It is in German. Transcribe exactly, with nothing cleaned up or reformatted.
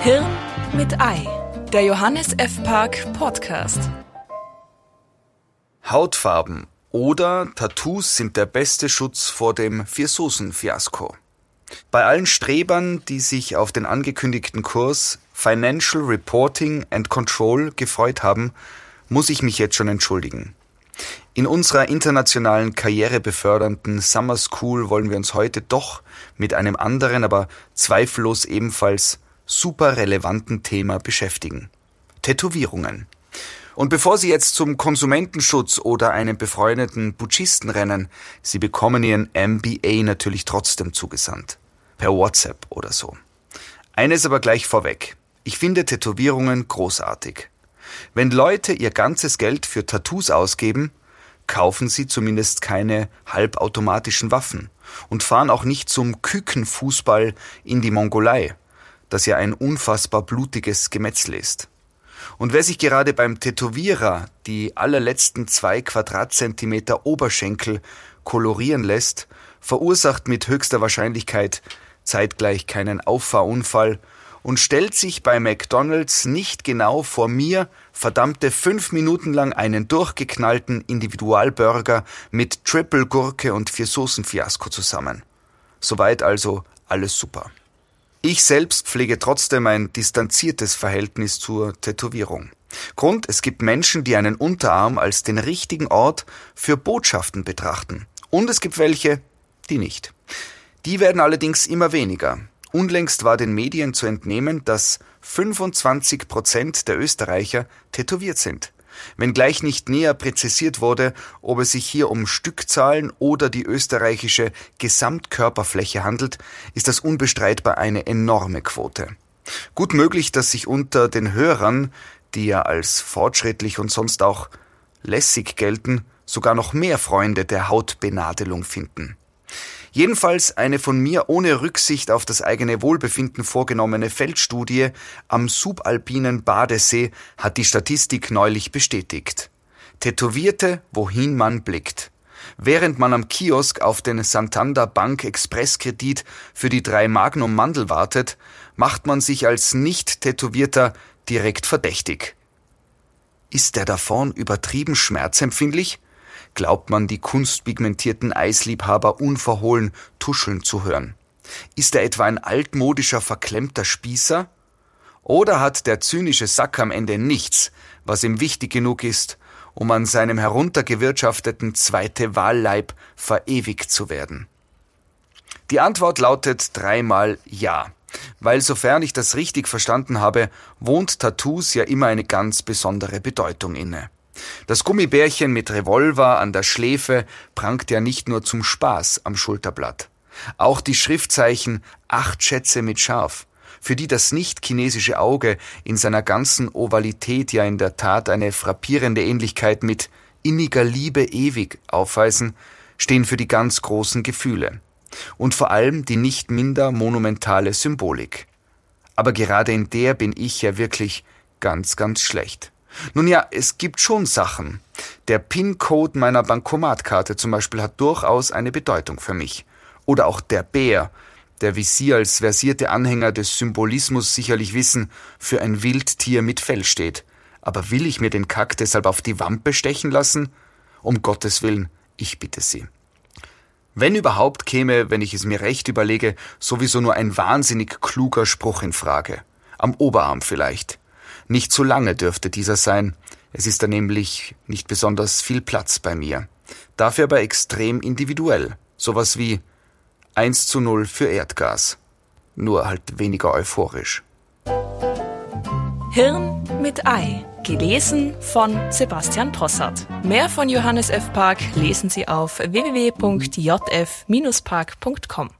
Hirn mit Ei, der Johannes F. Park Podcast. Hautfarben oder Tattoos sind der beste Schutz vor dem Viersoßen-Fiasko. Bei allen Strebern, die sich auf den angekündigten Kurs Financial Reporting and Control gefreut haben, muss ich mich jetzt schon entschuldigen. In unserer internationalen karrierebefördernden Summer School wollen wir uns heute doch mit einem anderen, aber zweifellos ebenfalls super relevanten Thema beschäftigen. Tätowierungen. Und bevor Sie jetzt zum Konsumentenschutz oder einem befreundeten Putschisten rennen, Sie bekommen Ihren M B A natürlich trotzdem zugesandt. Per WhatsApp oder so. Eines aber gleich vorweg. Ich finde Tätowierungen großartig. Wenn Leute ihr ganzes Geld für Tattoos ausgeben, kaufen sie zumindest keine halbautomatischen Waffen und fahren auch nicht zum Kükenfußball in die Mongolei, das ja ein unfassbar blutiges Gemetzel ist. Und wer sich gerade beim Tätowierer die allerletzten zwei Quadratzentimeter Oberschenkel kolorieren lässt, verursacht mit höchster Wahrscheinlichkeit zeitgleich keinen Auffahrunfall und stellt sich bei McDonald's nicht genau vor mir verdammte fünf Minuten lang einen durchgeknallten Individualburger mit Triple Gurke und Viersoßen-Fiasko zusammen. Soweit also alles super. Ich selbst pflege trotzdem ein distanziertes Verhältnis zur Tätowierung. Grund, es gibt Menschen, die einen Unterarm als den richtigen Ort für Botschaften betrachten. Und es gibt welche, die nicht. Die werden allerdings immer weniger. Unlängst war den Medien zu entnehmen, dass fünfundzwanzig Prozent der Österreicher tätowiert sind. Wenngleich nicht näher präzisiert wurde, ob es sich hier um Stückzahlen oder die österreichische Gesamtkörperfläche handelt, ist das unbestreitbar eine enorme Quote. Gut möglich, dass sich unter den Hörern, die ja als fortschrittlich und sonst auch lässig gelten, sogar noch mehr Freunde der Hautbenadelung finden. Jedenfalls eine von mir ohne Rücksicht auf das eigene Wohlbefinden vorgenommene Feldstudie am subalpinen Badesee hat die Statistik neulich bestätigt. Tätowierte, wohin man blickt. Während man am Kiosk auf den Santander Bank Expresskredit für die drei Magnum Mandel wartet, macht man sich als Nicht-Tätowierter direkt verdächtig. Ist der da vorn übertrieben schmerzempfindlich? Glaubt man, die kunstpigmentierten Eisliebhaber unverhohlen tuscheln zu hören? Ist er etwa ein altmodischer, verklemmter Spießer? Oder hat der zynische Sack am Ende nichts, was ihm wichtig genug ist, um an seinem heruntergewirtschafteten zweite Wahlleib verewigt zu werden? Die Antwort lautet dreimal ja, weil sofern ich das richtig verstanden habe, wohnt Tattoos ja immer eine ganz besondere Bedeutung inne. Das Gummibärchen mit Revolver an der Schläfe prangt ja nicht nur zum Spaß am Schulterblatt. Auch die Schriftzeichen Acht Schätze mit Schaf, für die das nicht-chinesische Auge in seiner ganzen Ovalität ja in der Tat eine frappierende Ähnlichkeit mit inniger Liebe ewig aufweisen, stehen für die ganz großen Gefühle. Und vor allem die nicht minder monumentale Symbolik. Aber gerade in der bin ich ja wirklich ganz, ganz schlecht. Nun ja, es gibt schon Sachen. Der PIN-Code meiner Bankomatkarte zum Beispiel hat durchaus eine Bedeutung für mich. Oder auch der Bär, der wie Sie als versierte Anhänger des Symbolismus sicherlich wissen, für ein Wildtier mit Fell steht. Aber will ich mir den Kack deshalb auf die Wampe stechen lassen? Um Gottes Willen, ich bitte Sie. Wenn überhaupt käme, wenn ich es mir recht überlege, sowieso nur ein wahnsinnig kluger Spruch in Frage. Am Oberarm vielleicht. Nicht zu lange dürfte dieser sein, es ist da nämlich nicht besonders viel Platz bei mir. Dafür aber extrem individuell, sowas wie eins zu null für Erdgas. Nur halt weniger euphorisch. Hirn mit Ei, gelesen von Sebastian Possart. Mehr von Johannes F. Park lesen Sie auf w w w punkt j f Bindestrich park punkt com.